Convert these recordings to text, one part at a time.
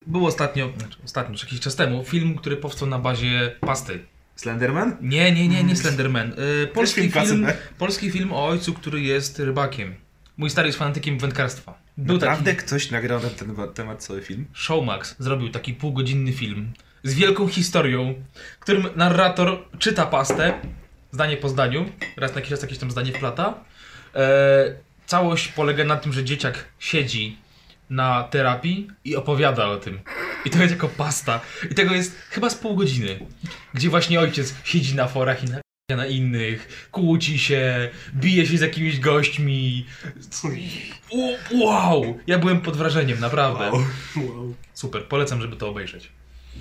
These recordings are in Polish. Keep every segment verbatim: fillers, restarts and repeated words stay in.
był ostatnio, znaczy ostatnio, czy jakiś czas temu, film, który powstał na bazie pasty. Slenderman? Nie, nie, nie, nie Slenderman. Yy, polski, film film, klasy, polski film o ojcu, który jest rybakiem. Mój stary jest fanatykiem wędkarstwa. Był Naprawdę taki ktoś nagrał na ten temat cały film? Showmax zrobił taki półgodzinny film z wielką historią, w którym narrator czyta pastę, zdanie po zdaniu, raz na jakiś czas jakieś tam zdanie wplata. E, całość polega na tym, że dzieciak siedzi na terapii i opowiada o tym. I to jest jako pasta. I tego jest chyba z pół godziny, gdzie właśnie ojciec siedzi na forach i na, na innych, kłóci się, bije się z jakimiś gośćmi. U, wow! Ja byłem pod wrażeniem, naprawdę. Wow. Wow. Super, polecam, żeby to obejrzeć.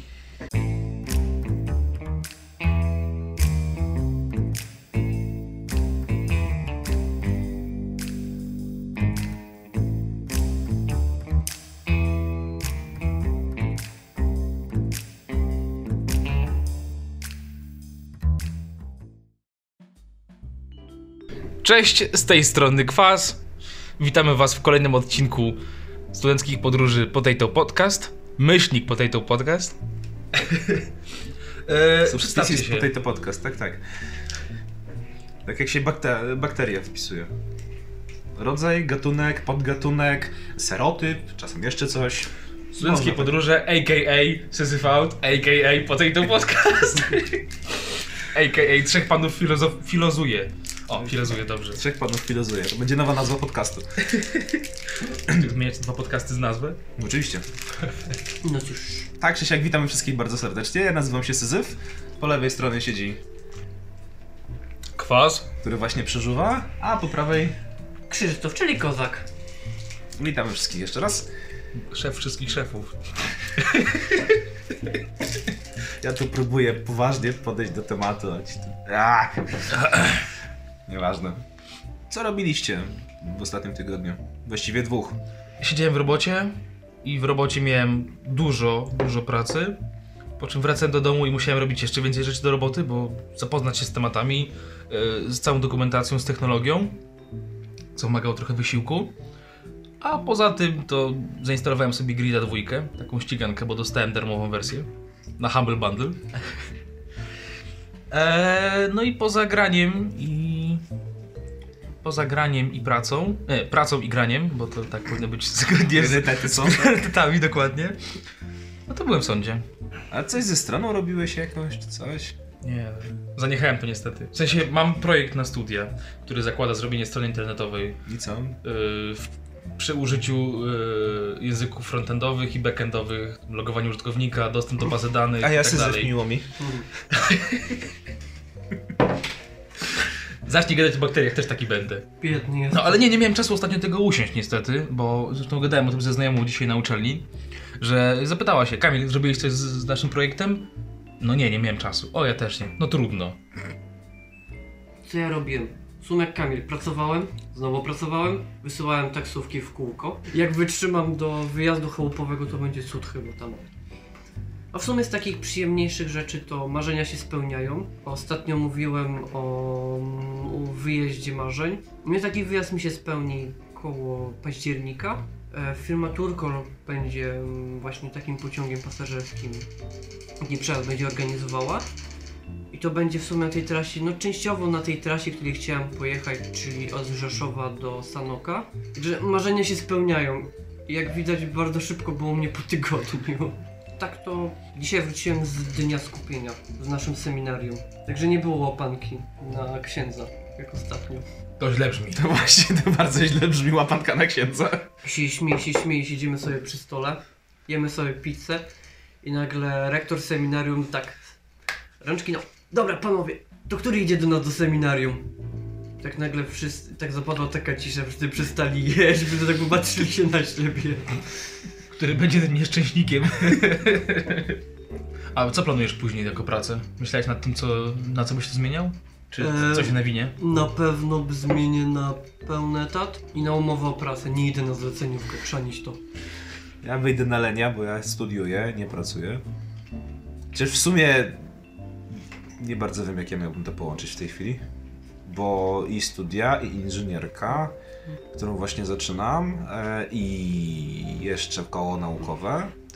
Cześć, z tej strony Kwas. Witamy was w kolejnym odcinku studenckich podróży Potato Podcast. Myślnik Potato Podcast. eee, Przedstawcie się. Potato Podcast, tak, tak. Tak jak się bakte- bakteria wpisuje. Rodzaj, gatunek, podgatunek, serotyp, czasem jeszcze coś. Studenckie podróże, a k a Syzyf Out, a k a Potato Podcast. a k a Trzech Panów filozof- Filozuje. O, filozuje, dobrze. Trzech Panów Filozuje. To będzie nowa nazwa podcastu. Zmieniać dwa podcasty z nazwy? Oczywiście. No cóż. Tak czy siak, witamy wszystkich bardzo serdecznie. Ja nazywam się Syzyf. Po lewej stronie siedzi Kwas, który właśnie przeżuwa, a po prawej Krzysztof, czyli Kozak. witamy wszystkich jeszcze raz. szef wszystkich szefów. Ja tu próbuję poważnie podejść do tematu. A ci tu... Ach. Nieważne. Co robiliście w ostatnim tygodniu? Właściwie dwóch. Siedziałem w robocie i w robocie miałem dużo, dużo pracy. Po czym wracałem do domu i musiałem robić jeszcze więcej rzeczy do roboty, bo zapoznać się z tematami, yy, z całą dokumentacją, z technologią, co wymagało trochę wysiłku. A poza tym to zainstalowałem sobie Grida dwa, taką ścigankę, bo dostałem darmową wersję na Humble Bundle. eee, no i poza graniem i... Poza graniem i pracą, nie, pracą i graniem, bo to tak powinno być zgodnie z Priorytety są. priorytetami, dokładnie. No to byłem w sądzie. A coś ze stroną robiłeś jakoś, czy coś? Nie, zaniechałem to niestety. W sensie mam projekt na studia, który zakłada zrobienie strony internetowej I co? yy, w, przy użyciu yy, języków frontendowych i backendowych, logowanie użytkownika, dostęp do bazy danych A ja i tak Syzyf, dalej. miło mi. Zacznij gadać o bakteriach, też taki będę. Biedny jest. No ale nie, nie miałem czasu ostatnio tego usiąść niestety, bo zresztą gadałem o tym ze znajomą dzisiaj na uczelni, że zapytała się: Kamil, zrobiłeś coś z, z naszym projektem? No nie, nie miałem czasu. O, ja też nie. No trudno. Co ja robiłem? W sumie jak Kamil, pracowałem, znowu pracowałem, wysyłałem taksówki w kółko. Jak wytrzymam do wyjazdu chałupowego, to będzie cud chyba tam. A w sumie z takich przyjemniejszych rzeczy to marzenia się spełniają. Ostatnio mówiłem o, o wyjeździe marzeń. U mnie taki wyjazd mi się spełni koło października. E, Firma Turkol będzie mm, właśnie takim pociągiem pasażerskim, taki przejazd będzie organizowała. I to będzie w sumie na tej trasie, no częściowo na tej trasie, której chciałem pojechać, czyli od Rzeszowa do Sanoka. Także marzenia się spełniają. Jak widać, bardzo szybko było mnie po tygodniu. Tak to dzisiaj wróciłem z dnia skupienia w naszym seminarium. Także nie było łapanki na księdza, jak ostatnio. To źle brzmi. To właśnie, to bardzo źle brzmi łapanka na księdza. Się śmieje, się śmieje, siedzimy sobie przy stole, jemy sobie pizzę i nagle rektor seminarium tak, rączki no, dobra panowie, to który idzie do nas do seminarium? Tak nagle wszyscy, tak zapadła taka cisza, wszyscy przestali jeść, wszyscy tak popatrzyli się na siebie. Który będzie tym nieszczęśnikiem. A co planujesz później jako pracę? Myślałeś nad tym, co, na co byś to zmieniał? Czy Eee, coś się nawinie? Na pewno zmienię na pełny etat i na umowę o pracę, nie idę na zleceniówkę, chrzanić to. Ja wyjdę na lenia, bo ja studiuję, nie pracuję. Chociaż w sumie nie bardzo wiem, jak ja miałbym to połączyć w tej chwili. Bo i studia, i inżynierka, którą właśnie zaczynam, e, i jeszcze koło naukowe,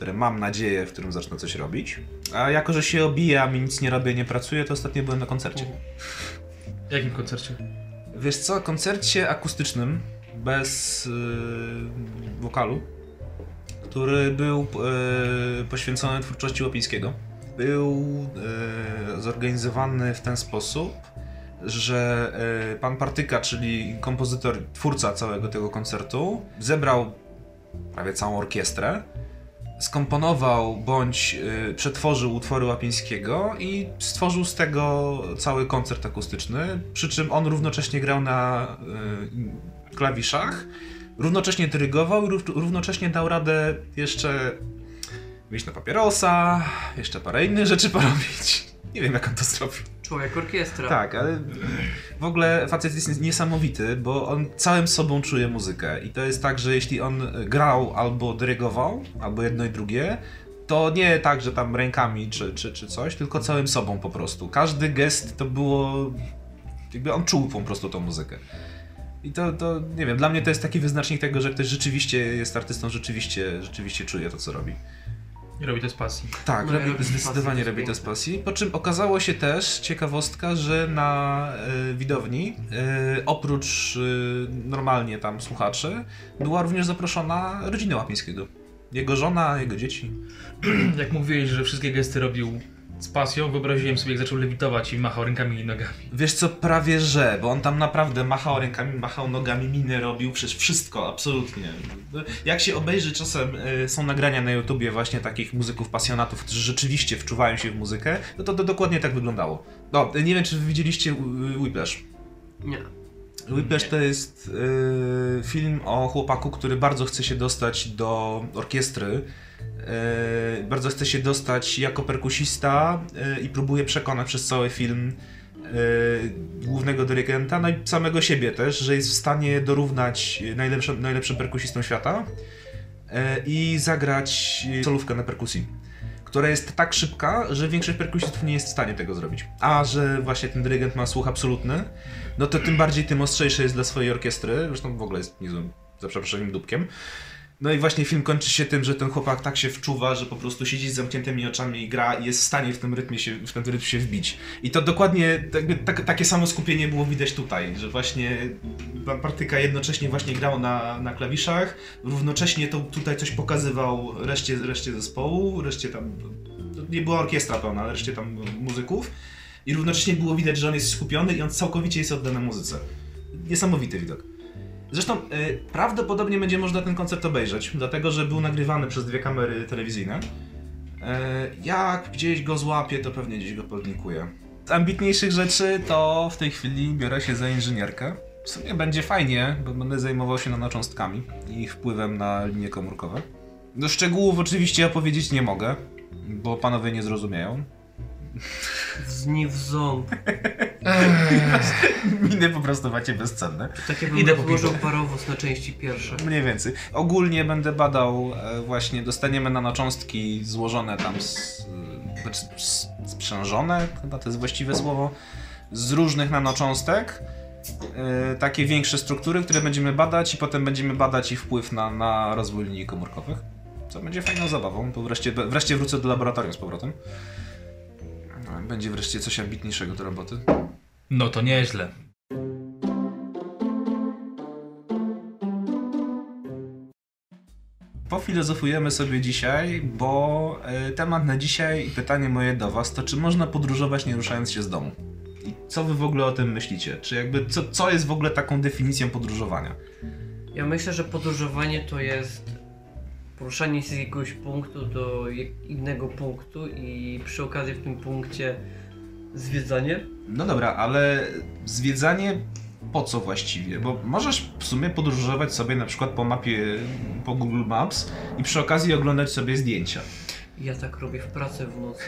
które mam nadzieję, w którym zacznę coś robić. A jako, że się obiję, a mi nic nie robię, nie pracuję, to ostatnio byłem na koncercie. W jakim koncercie? Wiesz co, koncercie akustycznym, bez yy, wokalu, który był yy, poświęcony twórczości Łapińskiego. Był yy, zorganizowany w ten sposób, że yy, pan Partyka, czyli kompozytor, twórca całego tego koncertu, zebrał prawie całą orkiestrę, skomponował bądź y, przetworzył utwory Łapińskiego i stworzył z tego cały koncert akustyczny, przy czym on równocześnie grał na y, klawiszach, równocześnie dyrygował i rów, równocześnie dał radę jeszcze wyjść na papierosa, jeszcze parę innych rzeczy porobić. Nie wiem, jak on to zrobił. Człowiek orkiestra. Tak, ale w ogóle facet jest niesamowity, bo on całym sobą czuje muzykę i to jest tak, że jeśli on grał albo dyrygował, albo jedno i drugie, to nie tak, że tam rękami czy, czy, czy coś, tylko całym sobą po prostu. Każdy gest to było, jakby on czuł po prostu tą muzykę. I to, to, nie wiem, dla mnie to jest taki wyznacznik tego, że ktoś rzeczywiście jest artystą, rzeczywiście, rzeczywiście czuje to, co robi. I robi to z pasji. Tak, No, robi, robi to z zdecydowanie pasji, robi to z piękne. pasji. Po czym okazało się też, ciekawostka, że na y, widowni, y, oprócz y, normalnie tam słuchaczy, była również zaproszona rodzina Łapińskiego. Jego żona, jego dzieci. Jak mówiłeś, że wszystkie gesty robił z pasją, wyobraziłem sobie, jak zaczął lewitować i machał rękami i nogami. Wiesz co, prawie że, bo on tam naprawdę machał rękami, machał nogami, minę robił, przecież wszystko, absolutnie. Jak się obejrzy czasem, y, są nagrania na YouTubie właśnie takich muzyków pasjonatów, którzy rzeczywiście wczuwają się w muzykę, no to, to dokładnie tak wyglądało. No, nie wiem, czy wy widzieliście y, Whiplash. Nie. Whiplash Nie. to jest y, film o chłopaku, który bardzo chce się dostać do orkiestry. Y, bardzo chce się dostać jako perkusista y, i próbuje przekonać przez cały film y, głównego dyrygenta, no i samego siebie też, że jest w stanie dorównać najlepszym, najlepszym perkusistą świata y, i zagrać solówkę na perkusji, która jest tak szybka, że większość perkusistów nie jest w stanie tego zrobić. A że właśnie ten dyrygent ma słuch absolutny, no to tym bardziej tym ostrzejszy jest dla swojej orkiestry, zresztą w ogóle jest niezłym, za przeproszeniem, dupkiem. No i właśnie film kończy się tym, że ten chłopak tak się wczuwa, że po prostu siedzi z zamkniętymi oczami i gra i jest w stanie w tym rytmie się, w ten rytm się wbić. I to dokładnie jakby tak, takie samo skupienie było widać tutaj, że właśnie pan Partyka jednocześnie właśnie grał na, na klawiszach, równocześnie to tutaj coś pokazywał reszcie, reszcie zespołu, reszcie tam, nie była orkiestra pełna, ale reszcie tam muzyków i równocześnie było widać, że on jest skupiony i on całkowicie jest oddany muzyce. Niesamowity widok. Zresztą y, prawdopodobnie będzie można ten koncert obejrzeć, dlatego że był nagrywany przez dwie kamery telewizyjne. Y, jak gdzieś go złapię, to pewnie gdzieś go podlinkuję. Z ambitniejszych rzeczy to w tej chwili biorę się za inżynierkę. W sumie będzie fajnie, bo będę zajmował się nanocząstkami i ich wpływem na linie komórkowe. Do szczegółów oczywiście opowiedzieć nie mogę, bo panowie nie zrozumieją. Zni w ząb. Miny po prostu macie bezcenne. Tak jakbym Idę po rozłożył piwo. parowóz na części pierwsze. Mniej więcej. Ogólnie będę badał e, właśnie, dostaniemy nanocząstki złożone tam z, e, znaczy z, sprzężone, chyba to jest właściwe słowo, z różnych nanocząstek. E, takie większe struktury, które będziemy badać i potem będziemy badać ich wpływ na, na rozwój linii komórkowych. Co będzie fajną zabawą, bo wreszcie, wreszcie wrócę do laboratorium z powrotem. No, będzie wreszcie coś ambitniejszego do roboty. No to nieźle. Pofilozofujemy sobie dzisiaj, bo y, temat na dzisiaj i pytanie moje do was to, czy można podróżować nie ruszając się z domu? I co wy w ogóle o tym myślicie? Czy jakby, co, co jest w ogóle taką definicją podróżowania? Ja myślę, że podróżowanie to jest poruszanie się z jakiegoś punktu do jak- innego punktu i przy okazji w tym punkcie zwiedzanie. No dobra, ale zwiedzanie po co właściwie? Bo możesz w sumie podróżować sobie na przykład po mapie, po Google Maps i przy okazji oglądać sobie zdjęcia. Ja tak robię w pracy w nocy.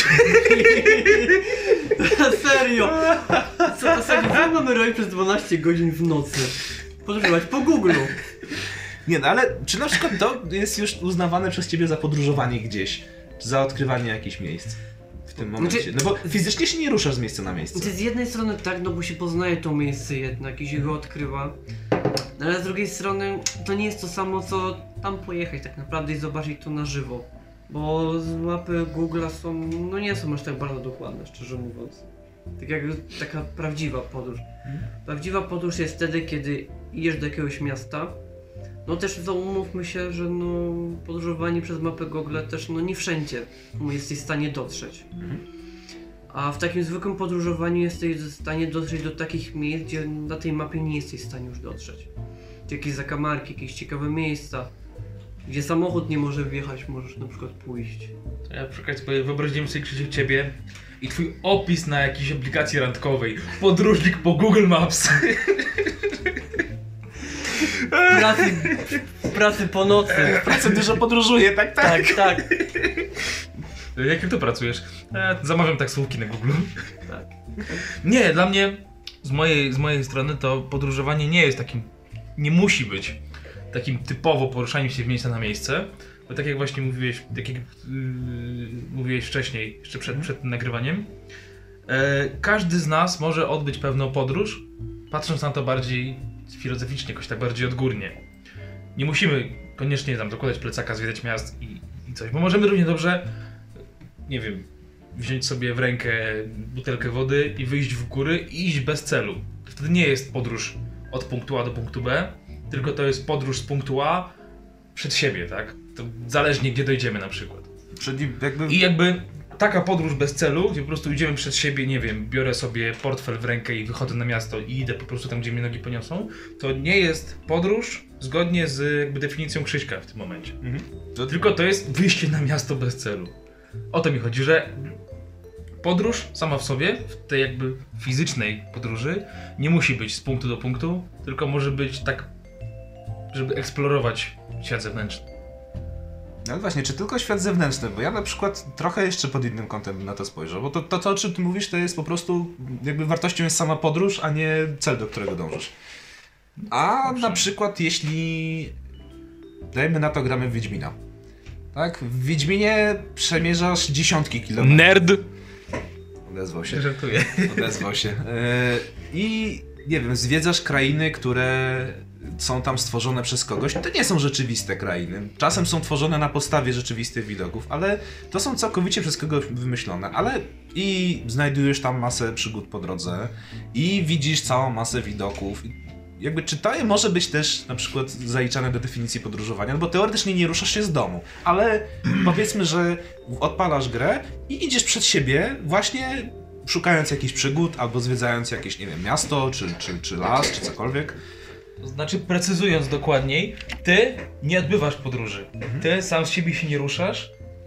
Serio! Co to sobie co mamy robić przez dwanaście godzin w nocy? Podróżować po Google. Nie no, ale czy na przykład to jest już uznawane przez ciebie za podróżowanie gdzieś? Za odkrywanie jakichś miejsc? W tym momencie. Znaczy- No bo fizycznie się nie ruszasz z miejsca na miejsce. Z jednej strony tak, no bo się poznaje to miejsce jednak i się go odkrywa. Ale z drugiej strony to nie jest to samo co tam pojechać tak naprawdę i zobaczyć to na żywo. Bo z mapy Google'a są, no nie są aż tak bardzo dokładne, szczerze mówiąc. Tak jak taka prawdziwa podróż. Prawdziwa podróż jest wtedy, kiedy idziesz do jakiegoś miasta. No też to umówmy się, że no podróżowanie przez mapę Google też no nie wszędzie jesteś w stanie dotrzeć. A w takim zwykłym podróżowaniu jesteś w stanie dotrzeć do takich miejsc, gdzie na tej mapie nie jesteś w stanie już dotrzeć. Gdzie jakieś zakamarki, jakieś ciekawe miejsca, gdzie samochód nie może wjechać, możesz na przykład pójść. To ja na przykład sobie wyobraziłem sobie, Krzysiek, ciebie i twój opis na jakiejś aplikacji randkowej. Podróżnik po Google Maps. Pracy, pracy po nocy. W pracy dużo podróżuję, tak, tak? Tak, tak. Jakim to pracujesz? E, zamawiam taksówki na Google. Tak. Nie, dla mnie, z mojej, z mojej strony to podróżowanie nie jest takim, nie musi być takim typowo poruszaniem się z miejsca na miejsce. Bo tak jak właśnie mówiłeś, tak jak yy, mówiłeś wcześniej, jeszcze przed, przed tym nagrywaniem, e, każdy z nas może odbyć pewną podróż, patrząc na to bardziej filozoficznie, jakoś tak bardziej odgórnie. Nie musimy koniecznie tam dokładać plecaka, zwiedzać miast i, i coś, bo możemy równie dobrze, nie wiem, wziąć sobie w rękę butelkę wody i wyjść w góry i iść bez celu. Wtedy nie jest podróż od punktu A do punktu B, tylko to jest podróż z punktu A przed siebie, tak? To zależnie gdzie dojdziemy na przykład. Czyli jakby... I jakby taka podróż bez celu, gdzie po prostu idziemy przed siebie, nie wiem, biorę sobie portfel w rękę i wychodzę na miasto i idę po prostu tam, gdzie mnie nogi poniosą, to nie jest podróż zgodnie z jakby definicją Krzyśka w tym momencie. Mhm. To... Tylko to jest wyjście na miasto bez celu. O to mi chodzi, że podróż sama w sobie, w tej jakby fizycznej podróży, nie musi być z punktu do punktu, tylko może być tak, żeby eksplorować świat zewnętrzny. No ale właśnie, czy tylko świat zewnętrzny? Bo ja na przykład trochę jeszcze pod innym kątem na to spojrzę, bo to, to, to o czym ty mówisz, to jest po prostu jakby wartością jest sama podróż, a nie cel, do którego dążysz. A na przykład jeśli, dajmy na to, gramy w Wiedźmina. Tak? W Wiedźminie przemierzasz dziesiątki kilometrów. Nerd! Odezwał się. Żartuję. Odezwał się. Yy, I nie wiem, zwiedzasz krainy, które są tam stworzone przez kogoś. To nie są rzeczywiste krainy. Czasem są tworzone na podstawie rzeczywistych widoków, ale to są całkowicie przez kogoś wymyślone. Ale i znajdujesz tam masę przygód po drodze i widzisz całą masę widoków. Jakby czy to może być też na przykład zaliczane do definicji podróżowania, no bo teoretycznie nie ruszasz się z domu, ale powiedzmy, że odpalasz grę i idziesz przed siebie właśnie szukając jakichś przygód albo zwiedzając jakieś, nie wiem, miasto, czy, czy, czy las, czy cokolwiek. To znaczy, precyzując dokładniej, ty nie odbywasz podróży. Ty sam z siebie się nie ruszasz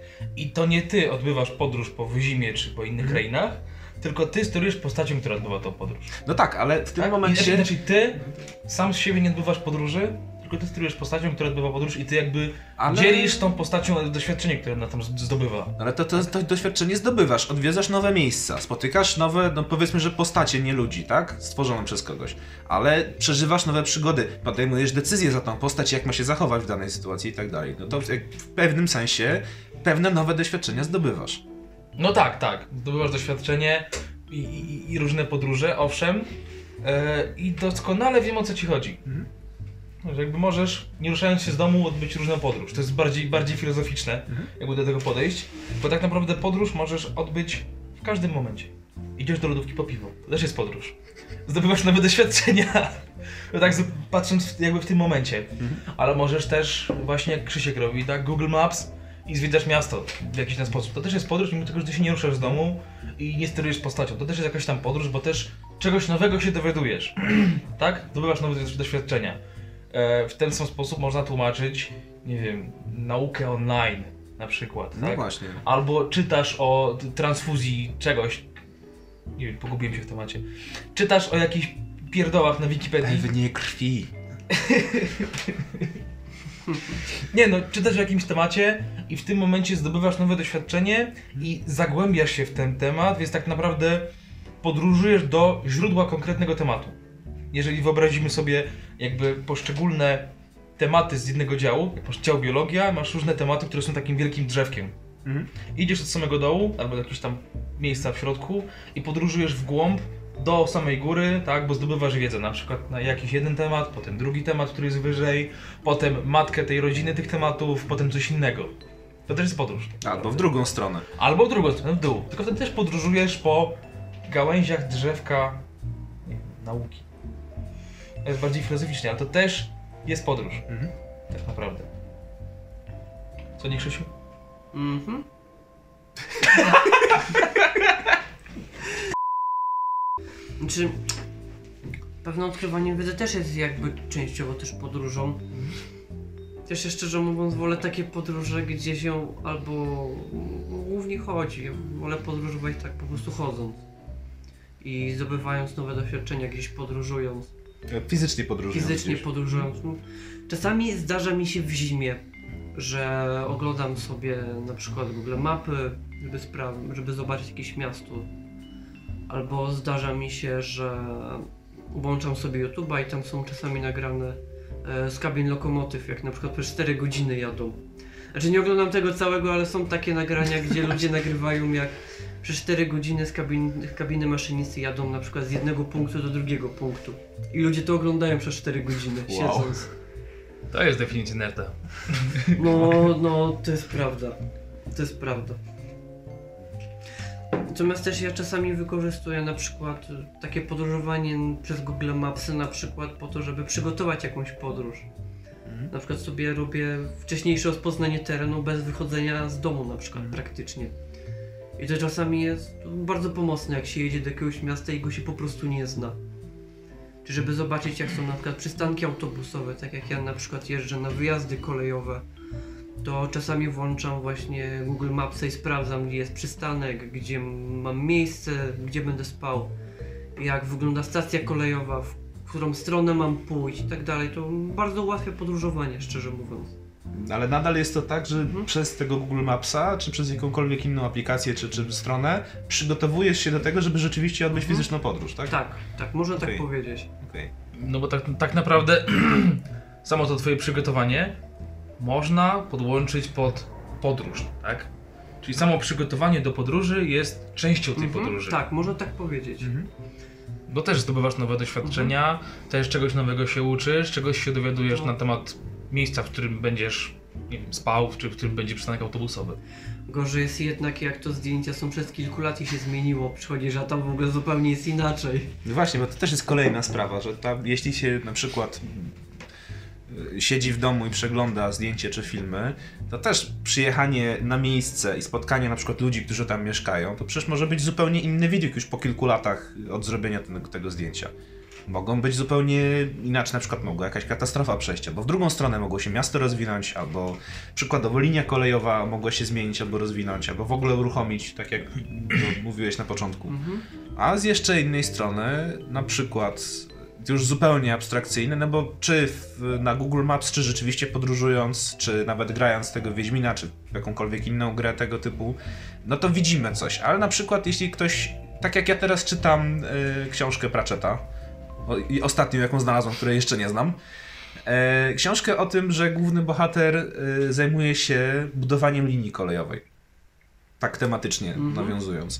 i to nie ty odbywasz podróż po Wyzimie czy po innych krainach, tylko ty sterujesz postacią, która odbywa tą podróż. No tak, ale w tym Tak? momencie... Inaczej, ty sam z siebie nie odbywasz podróży, tylko ty sterujesz postacią, która odbywa podróż i ty jakby Ale- dzielisz tą postacią doświadczenie, które ona tam zdobywa. Ale to, to, to doświadczenie zdobywasz, odwiedzasz nowe miejsca, spotykasz nowe, no powiedzmy, że postacie, nie ludzi, tak? Stworzone przez kogoś. Ale przeżywasz nowe przygody, podejmujesz decyzję za tą postać, jak ma się zachować w danej sytuacji i tak dalej. No to w, w pewnym sensie pewne nowe doświadczenia zdobywasz. No tak, tak. Zdobywasz doświadczenie i, i, i różne podróże, owszem. Yy, I doskonale wiem, o co ci chodzi. Mhm. Że jakby możesz, nie ruszając się z domu, odbyć różną podróż. To jest bardziej, bardziej filozoficzne, Mhm. jakby do tego podejść. Bo tak naprawdę podróż możesz odbyć w każdym momencie. Idziesz do lodówki po piwo. To też jest podróż. Zdobywasz nowe doświadczenia. No tak z- patrząc w, jakby w tym momencie. Mhm. Ale możesz też, właśnie jak Krzysiek robi, tak? Google Maps i zwiedzasz miasto w jakiś ten sposób. To też jest podróż, mimo tego, że ty się nie ruszasz z domu i nie sterujesz postacią. To też jest jakaś tam podróż, bo też czegoś nowego się dowiadujesz. Tak? Zdobywasz nowe doświadczenia. E, w ten sam sposób można tłumaczyć, nie wiem, naukę online na przykład, No tak? właśnie. Albo czytasz o t- transfuzji czegoś, nie wiem, pogubiłem się w temacie. Czytasz o jakichś pierdołach na Wikipedii. Pewnie krwi. Nie no, czytasz o jakimś temacie i w tym momencie zdobywasz nowe doświadczenie i zagłębiasz się w ten temat, więc tak naprawdę podróżujesz do źródła konkretnego tematu. Jeżeli wyobrazimy sobie jakby poszczególne tematy z jednego działu, jak masz dział biologia, masz różne tematy, które są takim wielkim drzewkiem. Mhm. Idziesz od samego dołu, albo do jakiegoś tam miejsca w środku i podróżujesz w głąb do samej góry, tak, bo zdobywasz wiedzę na przykład na jakiś jeden temat, potem drugi temat, który jest wyżej, potem matkę tej rodziny tych tematów, potem coś innego. To też jest podróż. Albo w drugą stronę. Albo w drugą stronę, w dół. Tylko wtedy też podróżujesz po gałęziach drzewka, nie wiem, nauki. To jest bardziej filozoficznie, ale to też jest podróż. Mhm. Tak naprawdę. Co nie, Krzysiu? Mhm. Znaczy, pewne odkrywanie wiedzy też jest jakby częściowo też podróżą. Też ja szczerze mówiąc wolę takie podróże, gdzie się albo no, głównie chodzi. Wolę podróżować tak po prostu chodząc. I zdobywając nowe doświadczenia, gdzieś podróżując. Fizycznie podróżując. Fizycznie gdzieś. podróżując. No, czasami zdarza mi się w zimie, że oglądam sobie na przykład Google Mapy, żeby, spra- żeby zobaczyć jakieś miasto. Albo zdarza mi się, że włączam sobie YouTube'a i tam są czasami nagrane e, z kabin lokomotyw, jak na przykład przez cztery godziny jadą. Znaczy nie oglądam tego całego, ale są takie nagrania, gdzie ludzie nagrywają jak przez cztery godziny z kabin, kabiny maszynisty jadą na przykład z jednego punktu do drugiego punktu. I ludzie to oglądają przez cztery godziny, Wow. siedząc. To jest definicja nerda. No, no, to jest prawda. To jest prawda. Natomiast też ja czasami wykorzystuję na przykład takie podróżowanie przez Google Mapsy na przykład po to, żeby przygotować jakąś podróż. Mhm. Na przykład sobie robię wcześniejsze rozpoznanie terenu bez wychodzenia z domu na przykład Mhm. praktycznie. I to czasami jest bardzo pomocne, jak się jedzie do jakiegoś miasta i go się po prostu nie zna. Czy żeby zobaczyć, jak są na przykład przystanki autobusowe, tak jak ja na przykład jeżdżę na wyjazdy kolejowe, to czasami włączam właśnie Google Mapsy i sprawdzam, gdzie jest przystanek, gdzie mam miejsce, gdzie będę spał, jak wygląda stacja kolejowa, w którą stronę mam pójść i tak dalej. To bardzo ułatwia podróżowanie, szczerze mówiąc. Ale nadal jest to tak, że Mhm. przez tego Google Mapsa, czy przez jakąkolwiek inną aplikację, czy, czy stronę, przygotowujesz się do tego, żeby rzeczywiście odbyć Mhm. fizyczną podróż, tak? Tak, tak, można Okej. tak powiedzieć. Okej. No bo tak, tak naprawdę samo to twoje przygotowanie można podłączyć pod podróż, tak? Czyli samo przygotowanie do podróży jest częścią tej Mhm, podróży. Tak, można tak powiedzieć. Mhm. Bo też zdobywasz nowe doświadczenia, też czegoś nowego się uczysz, czegoś się dowiadujesz No. na temat miejsca, w którym będziesz, nie wiem, spał, czy w którym będzie przystanek autobusowy. Gorzej jest jednak, jak to zdjęcia są przez kilku lat i się zmieniło, przychodzisz, a tam w ogóle zupełnie jest inaczej. No właśnie, bo to też jest kolejna sprawa, że ta, jeśli się na przykład y, siedzi w domu i przegląda zdjęcie czy filmy, to też przyjechanie na miejsce i spotkanie na przykład ludzi, którzy tam mieszkają, to przecież może być zupełnie inny widok już po kilku latach od zrobienia ten, tego zdjęcia. Mogą być zupełnie inaczej, na przykład mogła jakaś katastrofa przejść, albo w drugą stronę mogło się miasto rozwinąć, albo przykładowo linia kolejowa mogła się zmienić albo rozwinąć, albo w ogóle uruchomić, tak jak to mówiłeś na początku. Mhm. A z jeszcze innej strony, na przykład już zupełnie abstrakcyjne, no bo czy w, na Google Maps, czy rzeczywiście podróżując, czy nawet grając tego Wiedźmina, czy w jakąkolwiek inną grę tego typu, no to widzimy coś. Ale na przykład jeśli ktoś, tak jak ja teraz czytam y, książkę Pratchetta, o, i ostatnią jaką znalazłem, której jeszcze nie znam, y, książkę o tym, że główny bohater y, zajmuje się budowaniem linii kolejowej. Tak tematycznie Mhm. nawiązując.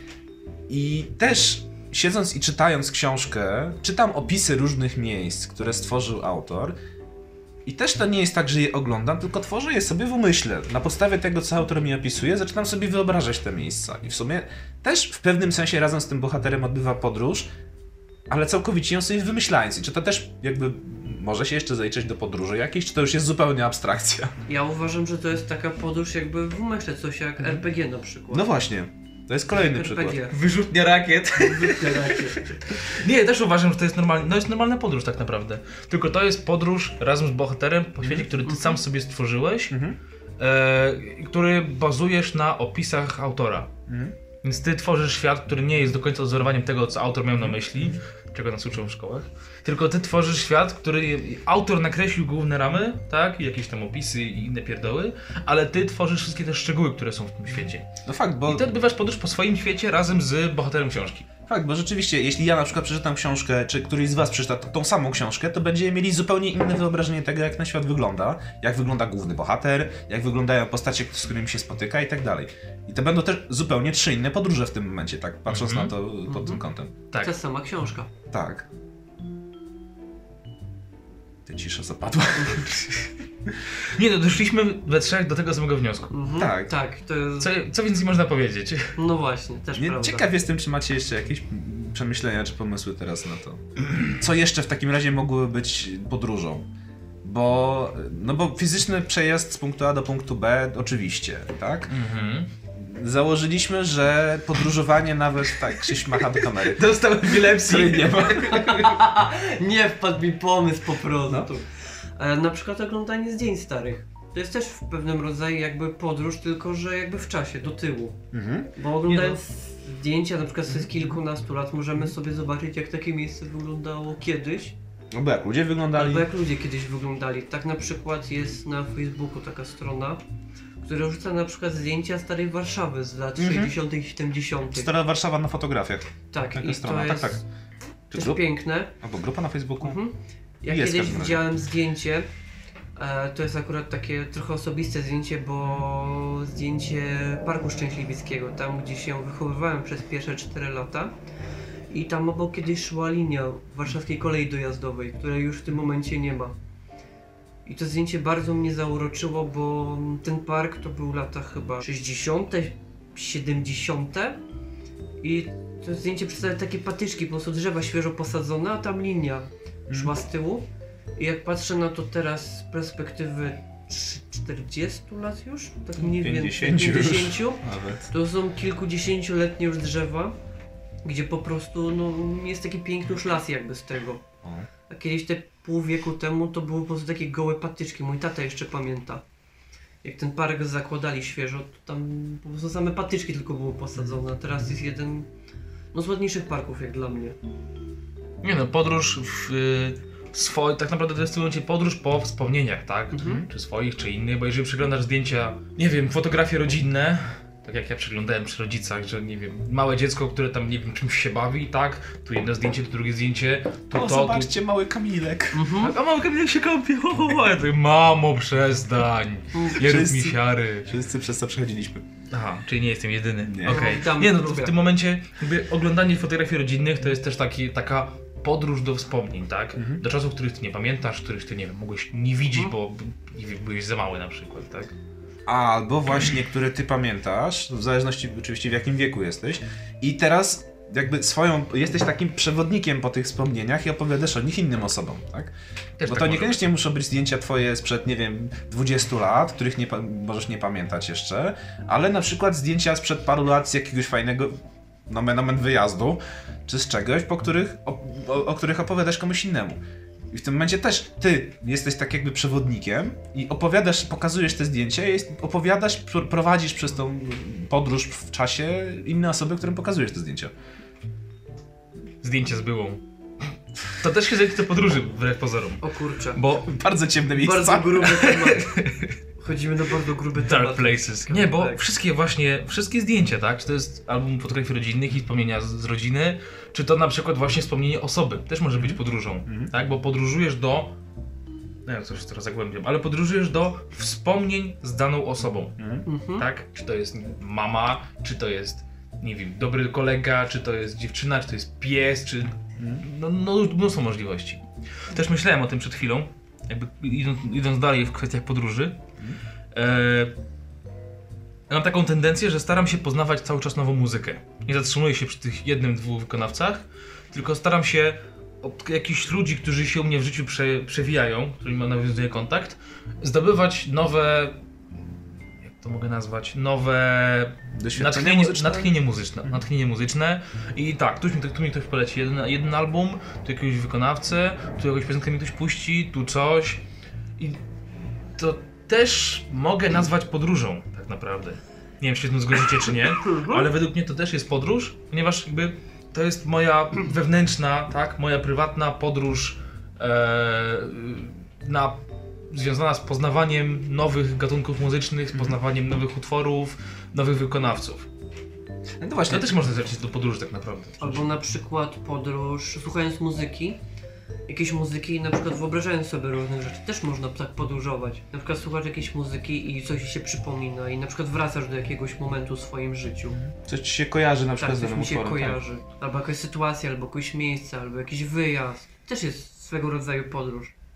I też siedząc i czytając książkę, czytam opisy różnych miejsc, które stworzył autor. I też to nie jest tak, że je oglądam, tylko tworzę je sobie w umyśle. Na podstawie tego, co autor mi opisuje, zaczynam sobie wyobrażać te miejsca. I w sumie też w pewnym sensie razem z tym bohaterem odbywa podróż, ale całkowicie ją sobie wymyślając. I czy to też jakby może się jeszcze zaliczyć do podróży jakiejś, czy to już jest zupełnie abstrakcja? Ja uważam, że to jest taka podróż jakby w umyśle, coś jak R P G na przykład. No właśnie, to jest kolejny R P G. przykład. Wyrzutnia rakiet. Takie. Nie, też uważam, że to jest normalna, no jest normalna podróż tak naprawdę. Tylko to jest podróż razem z bohaterem po świecie, który ty sam sobie stworzyłeś, Mhm. e, który bazujesz na opisach autora. Mhm. Więc ty tworzysz świat, który nie jest do końca odzorowaniem tego, co autor miał na myśli, czego nas uczą w szkołach, tylko ty tworzysz świat, który autor nakreślił główne ramy, tak, i jakieś tam opisy i inne pierdoły, ale ty tworzysz wszystkie te szczegóły, które są w tym świecie. No fakt, bo... I ty odbywasz podróż po swoim świecie razem z bohaterem książki. Fakt, bo rzeczywiście, jeśli ja na przykład przeczytam książkę, czy któryś z was przeczyta t- tą samą książkę, to będziemy mieli zupełnie inne wyobrażenie tego, jak ten świat wygląda, jak wygląda główny bohater, jak wyglądają postacie, z którymi się spotyka i tak dalej. I to będą też zupełnie trzy inne podróże w tym momencie, tak, patrząc Mhm. na to pod tym Mhm. kątem. Tak. To jest sama książka. Tak. Ta cisza zapadła. Nie no, doszliśmy we trzech do tego samego wniosku. Mhm. Tak. Tak, to jest... Co, co więcej można powiedzieć? No właśnie, też Nie, prawda. ciekaw jestem, czy macie jeszcze jakieś przemyślenia czy pomysły teraz na to. Co jeszcze w takim razie mogłoby być podróżą? Bo, no bo fizyczny przejazd z punktu A do punktu B oczywiście, tak? Mhm. Założyliśmy, że podróżowanie nawet, tak, Krzyś macha do kamery. Dostałem epilepsji. Której nie ma. Nie wpadł mi pomysł po prostu. No. E, na przykład oglądanie zdjęć starych. To jest też w pewnym rodzaju jakby podróż, tylko że jakby w czasie, do tyłu. Mhm. Bo oglądając zdjęcia na przykład z kilkunastu lat możemy sobie zobaczyć, jak takie miejsce wyglądało kiedyś. No bo jak ludzie wyglądali. Albo jak ludzie kiedyś wyglądali. Tak na przykład jest na Facebooku taka strona, która rzuca na przykład zdjęcia starej Warszawy z lat Mhm. sześćdziesiątych i siedemdziesiątych. Stara Warszawa na fotografiach. Tak, Taka i strona, to jest tak, tak. Czy też grup? piękne. Albo grupa na Facebooku. Mhm. Ja Jest w kiedyś każdym razie. widziałem zdjęcie, e, to jest akurat takie trochę osobiste zdjęcie, bo zdjęcie Parku Szczęśliwickiego, tam gdzie się wychowywałem przez pierwsze cztery lata. I tam obok kiedyś szła linia warszawskiej kolei dojazdowej, której już w tym momencie nie ma. I to zdjęcie bardzo mnie zauroczyło, bo ten park to był lata chyba sześćdziesiąte, siedemdziesiąte. I to zdjęcie przedstawia takie patyczki, po prostu drzewa świeżo posadzone, a tam linia szła z tyłu. I jak patrzę na to teraz z perspektywy czterdziestu lat już, tak mniej więcej, pięćdziesięciu już. pięćdziesięciu, Nawet. to są kilkudziesięcioletnie już drzewa, gdzie po prostu no, jest taki piękny już las jakby z tego. O. A kiedyś te pół wieku temu to były po prostu takie gołe patyczki, mój tata jeszcze pamięta. Jak ten park zakładali świeżo, to tam po prostu same patyczki tylko były posadzone, a teraz jest jeden no, z ładniejszych parków jak dla mnie. Nie no, podróż w y, swoj, tak naprawdę to jest w tym momencie podróż po wspomnieniach, tak? Mhm. Czy swoich, czy innych, bo jeżeli przeglądasz zdjęcia, nie wiem, fotografie rodzinne, tak jak ja przeglądałem przy rodzicach, że nie wiem, małe dziecko, które tam nie wiem czymś się bawi, tak? Tu jedno zdjęcie, tu drugie zdjęcie, tu O, to, zobaczcie, mały Kamilek. tu... Tak, a mały Kamilek się kąpie, o, ja mówię, mamo, przestań, nie rób mi Wszyscy- siary. Wszyscy przez co przechodziliśmy. Aha, czyli nie jestem jedyny. Nie. Okej. Tam Nie no, to lubię. w tym momencie jakby oglądanie fotografii rodzinnych to jest też taki, taka podróż do wspomnień, tak? Mhm. Do czasów, których ty nie pamiętasz, których ty nie wiem, mogłeś nie widzieć, Mhm. bo nie wiem, byłeś za mały na przykład, tak? Albo właśnie, które ty pamiętasz, w zależności oczywiście w jakim wieku jesteś. I teraz jakby swoją, jesteś takim przewodnikiem po tych wspomnieniach i opowiadasz o nich innym osobom, tak? Też Bo tak to może niekoniecznie muszą być zdjęcia twoje sprzed, nie wiem, dwudziestu lat, których nie pa- możesz nie pamiętać jeszcze, ale na przykład zdjęcia sprzed paru lat z jakiegoś fajnego nomen omen wyjazdu, czy z czegoś, po których, o, o, o których opowiadasz komuś innemu. I w tym momencie też ty jesteś tak jakby przewodnikiem i opowiadasz, pokazujesz te zdjęcia i opowiadasz, pr- prowadzisz przez tą podróż w czasie inne osoby, którym pokazujesz te zdjęcia. Zdjęcie z byłą. To też się zajdzie do podróży, wbrew pozorom. O kurczę. Bo Bardzo ciemne miejsca. Bardzo gruby temat. Chodzimy na bardzo gruby Dark temat. Places. Nie, bo Tak. wszystkie właśnie, wszystkie zdjęcia, tak? Czy to jest album fotografii rodzinnych i wspomnienia z, z rodziny, czy to na przykład właśnie wspomnienie osoby, też może być podróżą, Mhm. tak? Bo podróżujesz do, no ja coś teraz zagłębiam, ale podróżujesz do wspomnień z daną osobą, Mhm. Mhm. tak? Czy to jest mama, czy to jest, nie wiem, dobry kolega, czy to jest dziewczyna, czy to jest pies, czy... No, no mnóstwo możliwości. Też myślałem o tym przed chwilą, jakby idąc, idąc dalej w kwestiach podróży. E, mam taką tendencję, że staram się poznawać cały czas nową muzykę. Nie zatrzymuję się przy tych jednym, dwóch wykonawcach, tylko staram się od jakichś ludzi, którzy się u mnie w życiu prze, przewijają, z którymi nawiązuję kontakt, zdobywać nowe, jak to mogę nazwać, nowe Doświadczenie natchnienie muzyczne? natchnienie muzyczne. Natchnienie muzyczne i tak, tu mi, tu mi ktoś poleci jeden, jeden album, tu jakiegoś wykonawcę, tu jakąś piosenkę mi ktoś puści, tu coś i to też mogę nazwać podróżą tak naprawdę. Nie wiem, czy się z tym zgodzicie, czy nie, ale według mnie to też jest podróż, ponieważ jakby to jest moja wewnętrzna, tak, moja prywatna podróż e, na, związana z poznawaniem nowych gatunków muzycznych, z poznawaniem nowych utworów, nowych wykonawców. No to właśnie, To też można zaliczyć do podróży tak naprawdę. Albo na przykład podróż słuchając muzyki, jakiejś muzyki i na przykład wyobrażając sobie różnych rzeczy, też można tak podróżować. Na przykład słuchasz jakiejś muzyki i coś ci się przypomina i na przykład wracasz do jakiegoś momentu w swoim życiu. coś ci się kojarzy na Tak, przykład z coś danym mi się utworem, tak. kojarzy. Albo jakaś sytuacja, albo jakieś miejsce, albo jakiś wyjazd. Też jest swego rodzaju podróż.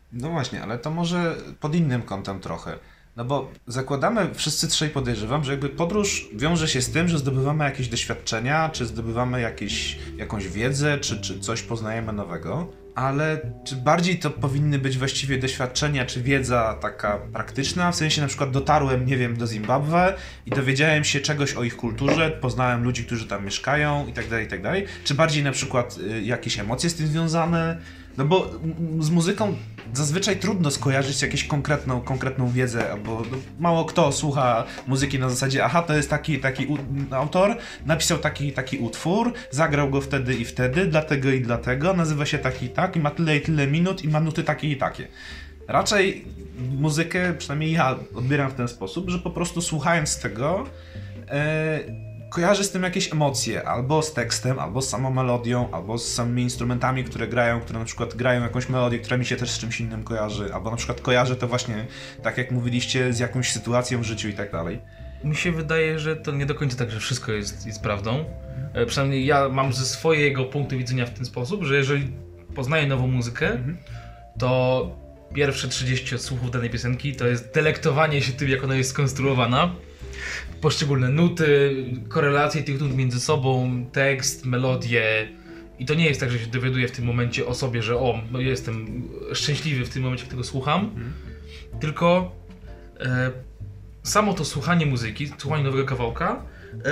No właśnie, ale to może pod innym kątem trochę. No bo zakładamy, wszyscy trzej podejrzewam, że jakby podróż wiąże się z tym, że zdobywamy jakieś doświadczenia, czy zdobywamy jakieś, jakąś wiedzę, czy, czy coś poznajemy nowego. Ale czy bardziej to powinny być właściwie doświadczenia, czy wiedza taka praktyczna? W sensie na przykład dotarłem, nie wiem, do Zimbabwe i dowiedziałem się czegoś o ich kulturze, poznałem ludzi, którzy tam mieszkają i tak dalej, i tak dalej. Czy bardziej na przykład y, jakieś emocje z tym związane? No bo m, z muzyką zazwyczaj trudno skojarzyć jakąś konkretną, konkretną wiedzę, albo no, mało kto słucha muzyki na zasadzie aha, to jest taki taki u- autor, napisał taki taki utwór, zagrał go wtedy i wtedy, dlatego i dlatego, nazywa się taki i tak i ma tyle i tyle minut i ma nuty takie i takie. Raczej muzykę, przynajmniej ja odbieram w ten sposób, że po prostu słuchając tego e, kojarzy z tym jakieś emocje, albo z tekstem, albo z samą melodią, albo z samymi instrumentami, które grają, które na przykład grają jakąś melodię, która mi się też z czymś innym kojarzy, albo na przykład kojarzę to właśnie, tak jak mówiliście, z jakąś sytuacją w życiu i tak dalej. Mi się wydaje, że to nie do końca tak, że wszystko jest, jest prawdą. E, przynajmniej ja mam ze swojego punktu widzenia w ten sposób, że jeżeli poznaję nową muzykę, Mhm. to pierwsze trzydzieści odsłuchów danej piosenki to jest delektowanie się tym, jak ona jest skonstruowana. Poszczególne nuty, korelacje tych nut między sobą, tekst, melodie. I to nie jest tak, że się dowiaduję w tym momencie o sobie, że o, no jestem szczęśliwy w tym momencie, jak tego słucham. Mhm. Tylko e, samo to słuchanie muzyki, słuchanie nowego kawałka e,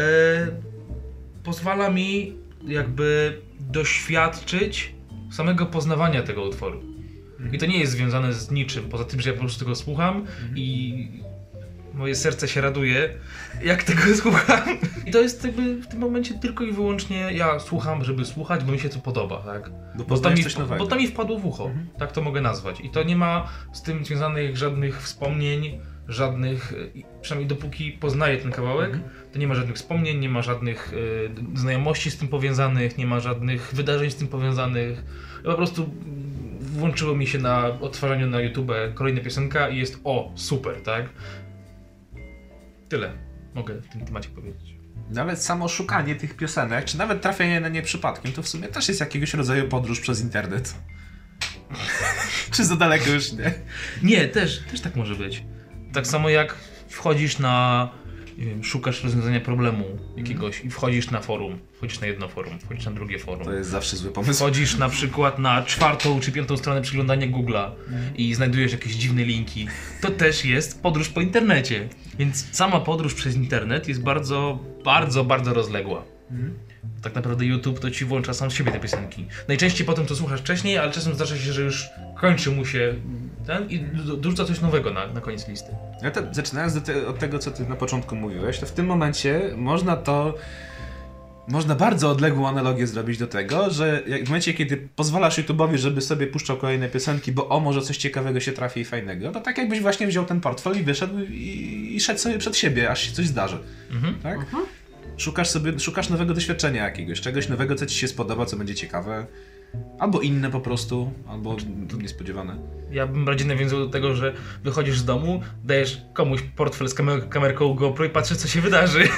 pozwala mi jakby doświadczyć samego poznawania tego utworu. I to nie jest związane z niczym, poza tym, że ja po prostu tego słucham i moje serce się raduje, jak tego słucham. I to jest jakby w tym momencie tylko i wyłącznie ja słucham, żeby słuchać, bo mi się to podoba, tak? Bo Bo to, mi, coś nowego. bo to mi wpadło w ucho, Mhm. tak to mogę nazwać. I to nie ma z tym związanych żadnych wspomnień, żadnych, i przynajmniej dopóki poznaję ten kawałek, Mhm. to nie ma żadnych wspomnień, nie ma żadnych e, znajomości z tym powiązanych, nie ma żadnych wydarzeń z tym powiązanych. Po prostu włączyło mi się na odtwarzaniu na YouTube kolejna piosenka i jest o, super, tak? Tyle mogę w tym temacie powiedzieć. No ale samo szukanie tych piosenek, czy nawet trafienie na nie przypadkiem, to w sumie też jest jakiegoś rodzaju podróż przez internet. Czy za daleko już nie? Nie, też, też tak może być. Tak samo jak wchodzisz na, nie wiem, szukasz rozwiązania problemu jakiegoś i wchodzisz na forum, wchodzisz na jedno forum, wchodzisz na drugie forum. To jest zawsze zły pomysł. Wchodzisz na przykład na czwartą czy piątą stronę przeglądania Google'a i znajdujesz jakieś dziwne linki. To też jest podróż po internecie. Więc sama podróż przez internet jest bardzo, bardzo, bardzo rozległa. Tak naprawdę YouTube to ci włącza sam z siebie te piosenki. Najczęściej potem to słuchasz wcześniej, ale czasem zdarza się, że już kończy mu się ten i do- dorzuca coś nowego na, na koniec listy. Ja to, zaczynając do te, od tego, co ty na początku mówiłeś, to w tym momencie można to... Można bardzo odległą analogię zrobić do tego, że jak w momencie, kiedy pozwalasz YouTube'owi, żeby sobie puszczał kolejne piosenki, bo o, może coś ciekawego się trafi i fajnego, to tak jakbyś właśnie wziął ten portfel i wyszedł i, i szedł sobie przed siebie, aż się coś zdarzy. Mhm. Tak? Szukasz sobie, szukasz nowego doświadczenia jakiegoś, czegoś nowego, co ci się spodoba, co będzie ciekawe. Albo inne po prostu, albo niespodziewane. Ja bym bardziej nawiązał do tego, że wychodzisz z domu, dajesz komuś portfel z kamer- kamerką GoPro i patrzysz, co się wydarzy.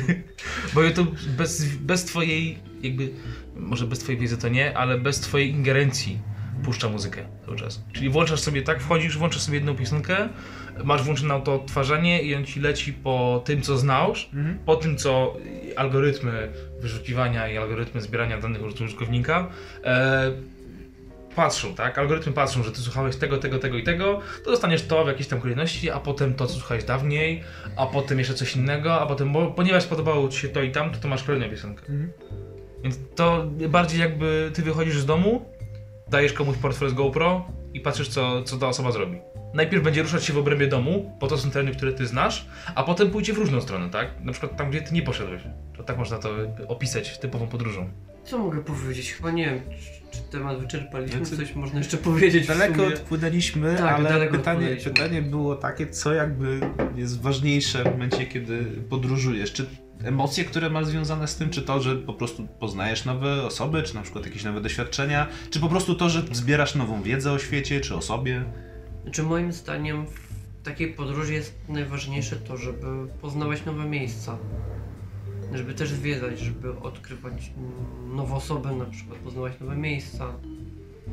Bo YouTube bez, bez twojej, jakby, może bez twojej wiedzy to nie, ale bez twojej ingerencji puszcza muzykę cały czas. Czyli włączasz sobie tak, wchodzisz, włączasz sobie jedną piosenkę, masz włączone na to odtwarzanie i on ci leci po tym, co znasz, Mhm. po tym, co algorytmy wyszukiwania i algorytmy zbierania danych od użytkownika e, patrzą, tak? Algorytmy patrzą, że ty słuchałeś tego, tego, tego i tego, to dostaniesz to w jakiejś tam kolejności, a potem to, co słuchałeś dawniej, a potem jeszcze coś innego, a potem, bo, ponieważ podobało ci się to i tamto, to masz kolejną piosenkę. Mhm. Więc to bardziej jakby ty wychodzisz z domu, dajesz komuś portfel z GoPro i patrzysz, co, co ta osoba zrobi. Najpierw będzie ruszać się w obrębie domu, bo to są tereny, które ty znasz, a potem pójdzie w różną stronę, tak? Na przykład tam, gdzie ty nie poszedłeś. To tak można to opisać typową podróżą. Co mogę powiedzieć? Chyba nie wiem, czy, czy temat wyczerpaliśmy, Znaczy, coś można jeszcze powiedzieć w Daleko sumie. odpłynęliśmy, Tak, ale daleko pytanie, odpłynęliśmy. pytanie było takie, co jakby jest ważniejsze w momencie, kiedy podróżujesz. Czy emocje, które masz związane z tym, czy to, że po prostu poznajesz nowe osoby, czy na przykład jakieś nowe doświadczenia, czy po prostu to, że zbierasz nową wiedzę o świecie, czy o sobie? Znaczy moim zdaniem w takiej podróży jest najważniejsze to, żeby poznawać nowe miejsca. Żeby też zwiedzać, żeby odkrywać mm, nowe osoby, na przykład poznawać nowe miejsca.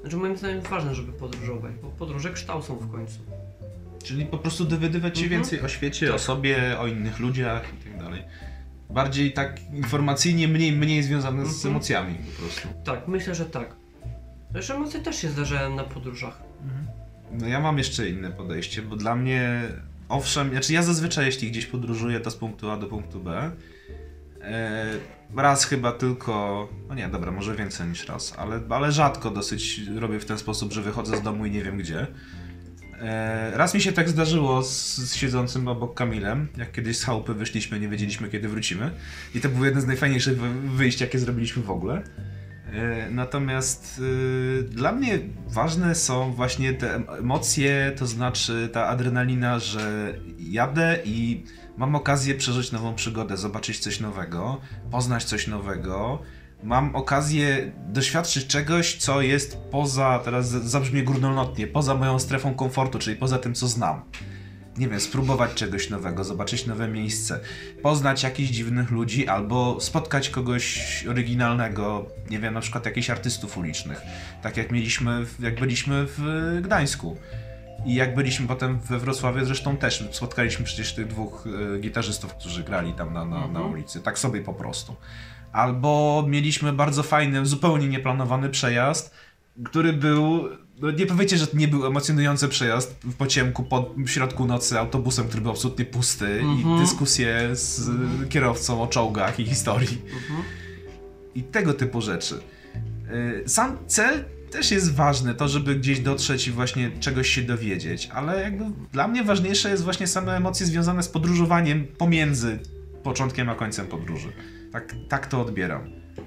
Znaczy moim zdaniem ważne, żeby podróżować, bo podróże kształcą w końcu. Czyli po prostu dowiadywać się Mhm. więcej o świecie, Tak. o sobie, o innych ludziach i tak dalej. Bardziej tak informacyjnie, mniej, mniej związane z Mhm. emocjami po prostu. Tak, myślę, że tak. Zresztą emocje też się zdarzają na podróżach. No ja mam jeszcze inne podejście, bo dla mnie, owszem, znaczy ja zazwyczaj jeśli gdzieś podróżuję, to z punktu A do punktu B. E, raz chyba tylko, no nie, dobra, może więcej niż raz, ale, ale rzadko dosyć robię w ten sposób, że wychodzę z domu i nie wiem gdzie. E, raz mi się tak zdarzyło z, z siedzącym obok Kamilem, jak kiedyś z chałupy wyszliśmy, nie wiedzieliśmy kiedy wrócimy. I to był jeden z najfajniejszych wy- wyjść, jakie zrobiliśmy w ogóle. E, Natomiast y, dla mnie ważne są właśnie te em- emocje, to znaczy ta adrenalina, że jadę i mam okazję przeżyć nową przygodę, zobaczyć coś nowego, poznać coś nowego. Mam okazję doświadczyć czegoś, co jest poza, teraz z- zabrzmie górnolotnie, poza moją strefą komfortu, czyli poza tym, co znam. Nie wiem, spróbować czegoś nowego, zobaczyć nowe miejsce, poznać jakichś dziwnych ludzi albo spotkać kogoś oryginalnego, nie wiem, na przykład jakichś artystów ulicznych. Tak jak mieliśmy, w- jak byliśmy w Gdańsku. I jak byliśmy potem we Wrocławiu, zresztą też spotkaliśmy przecież tych dwóch e, gitarzystów, którzy grali tam na, na, na Mhm. ulicy, tak sobie po prostu. Albo mieliśmy bardzo fajny, zupełnie nieplanowany przejazd, który był, no nie powiecie, że to nie był emocjonujący przejazd po ciemku, po, w środku nocy autobusem, który był absolutnie pusty Mhm. i dyskusje z kierowcą o czołgach i historii Mhm. i tego typu rzeczy. Y, Sam cel też jest ważny, to żeby gdzieś dotrzeć i właśnie czegoś się dowiedzieć, ale jakby dla mnie ważniejsze jest właśnie same emocje związane z podróżowaniem pomiędzy początkiem a końcem podróży. Tak, tak to odbieram.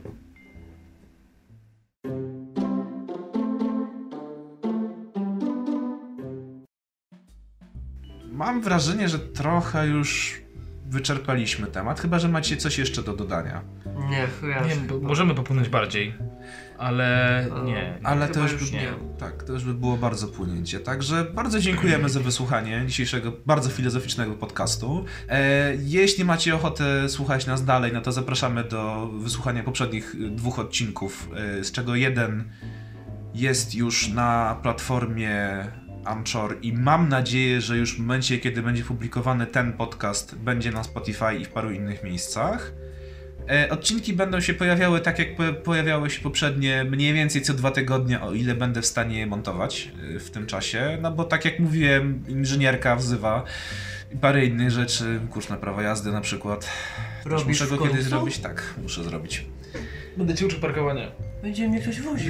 Mam wrażenie, że trochę już wyczerpaliśmy temat, chyba że macie coś jeszcze do dodania. Nie, chyba. Nie, bo możemy popłynąć bardziej, ale nie. Ale to Chyba już, już by, nie. tak, to już by było bardzo płynięcie. Także bardzo dziękujemy za wysłuchanie dzisiejszego bardzo filozoficznego podcastu. E, jeśli macie ochotę słuchać nas dalej, no to zapraszamy do wysłuchania poprzednich y, dwóch odcinków, y, z czego jeden jest już na platformie Anchor i mam nadzieję, że już w momencie, kiedy będzie publikowany ten podcast, będzie na Spotify i w paru innych miejscach. E, Odcinki będą się pojawiały tak, jak po- pojawiały się poprzednie, mniej więcej co dwa tygodnie, o ile będę w stanie je montować e, w tym czasie. No bo tak jak mówiłem, inżynierka wzywa i parę innych rzeczy, kurs na prawo jazdy na przykład. Też Robisz muszę w go kiedyś końcu? zrobić? Tak, muszę zrobić. Będę cię uczył parkowania. Będzie mnie ktoś woził.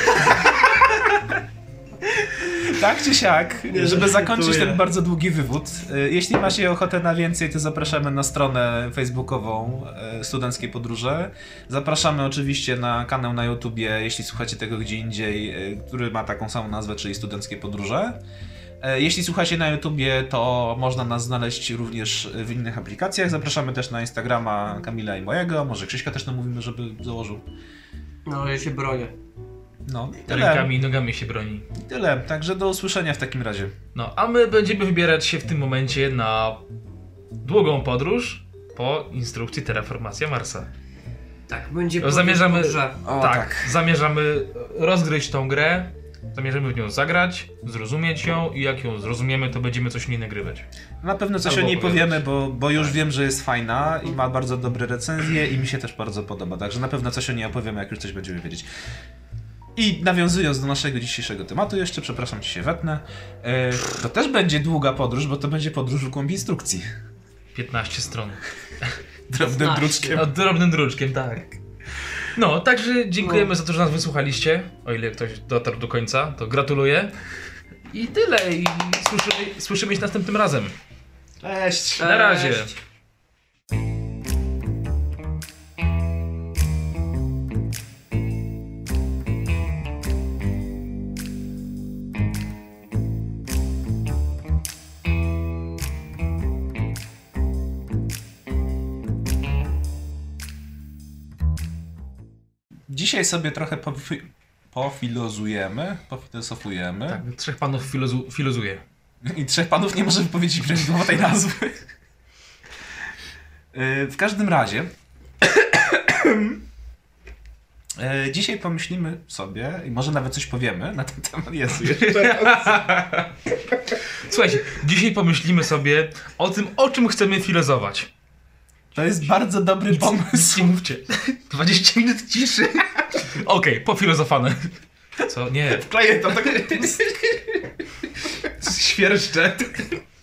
Tak czy siak, Nie, żeby zakończyć żartuję. ten bardzo długi wywód, e, jeśli macie ochotę na więcej, to zapraszamy na stronę facebookową e, Studenckie Podróże. Zapraszamy oczywiście na kanał na YouTubie, jeśli słuchacie tego gdzie indziej, e, który ma taką samą nazwę, czyli Studenckie Podróże. E, Jeśli słuchacie na YouTubie, to można nas znaleźć również w innych aplikacjach. Zapraszamy też na Instagrama Kamila i mojego, może Krzyśka też namówimy, żeby założył. No ale ja się bronię. No, tyle. Rękami i nogami się broni. Tyle, także do usłyszenia w takim razie. No, a my będziemy wybierać się w tym momencie na długą podróż po instrukcji Terraformacja Marsa. Tak, będzie No, zamierzamy- Grze. O, tak, tak. zamierzamy rozgryźć tą grę, zamierzamy w nią zagrać, zrozumieć ją i jak ją zrozumiemy, to będziemy coś w niej nagrywać. Na pewno coś Albo o niej opowiadać. powiemy, bo, bo już wiem, że jest fajna i ma bardzo dobre recenzje i mi się też bardzo podoba, także na pewno coś o niej opowiemy, jak już coś będziemy wiedzieć. I nawiązując do naszego dzisiejszego tematu jeszcze, przepraszam, ci się wetnę, e, to też będzie długa podróż, bo to będzie podróż w głąb instrukcji. piętnaście stron. Drobnym piętnaście. druczkiem. No, drobnym druczkiem, tak. No, także dziękujemy za to, że nas wysłuchaliście. O ile ktoś dotarł do końca, to gratuluję. I tyle. I słyszymy, słyszymy się następnym razem. Cześć! Na razie. Cześć. Dzisiaj sobie trochę pofi- pofilozujemy, pofilozofujemy Tak, trzech panów filozu- filozuje. i trzech panów nie może wypowiedzieć prawidłowo tej nazwy. Yy, W każdym razie E, dzisiaj pomyślimy sobie i może nawet coś powiemy na ten temat. Jezu, Słuchajcie, dzisiaj pomyślimy sobie o tym, o czym chcemy filozofować. to jest bardzo dobry Nic pomysł. nie mówcie. dwadzieścia minut ciszy. Okej, okay, pofilozofane. Co? Nie. Wkleję tam tak... Świerszcze.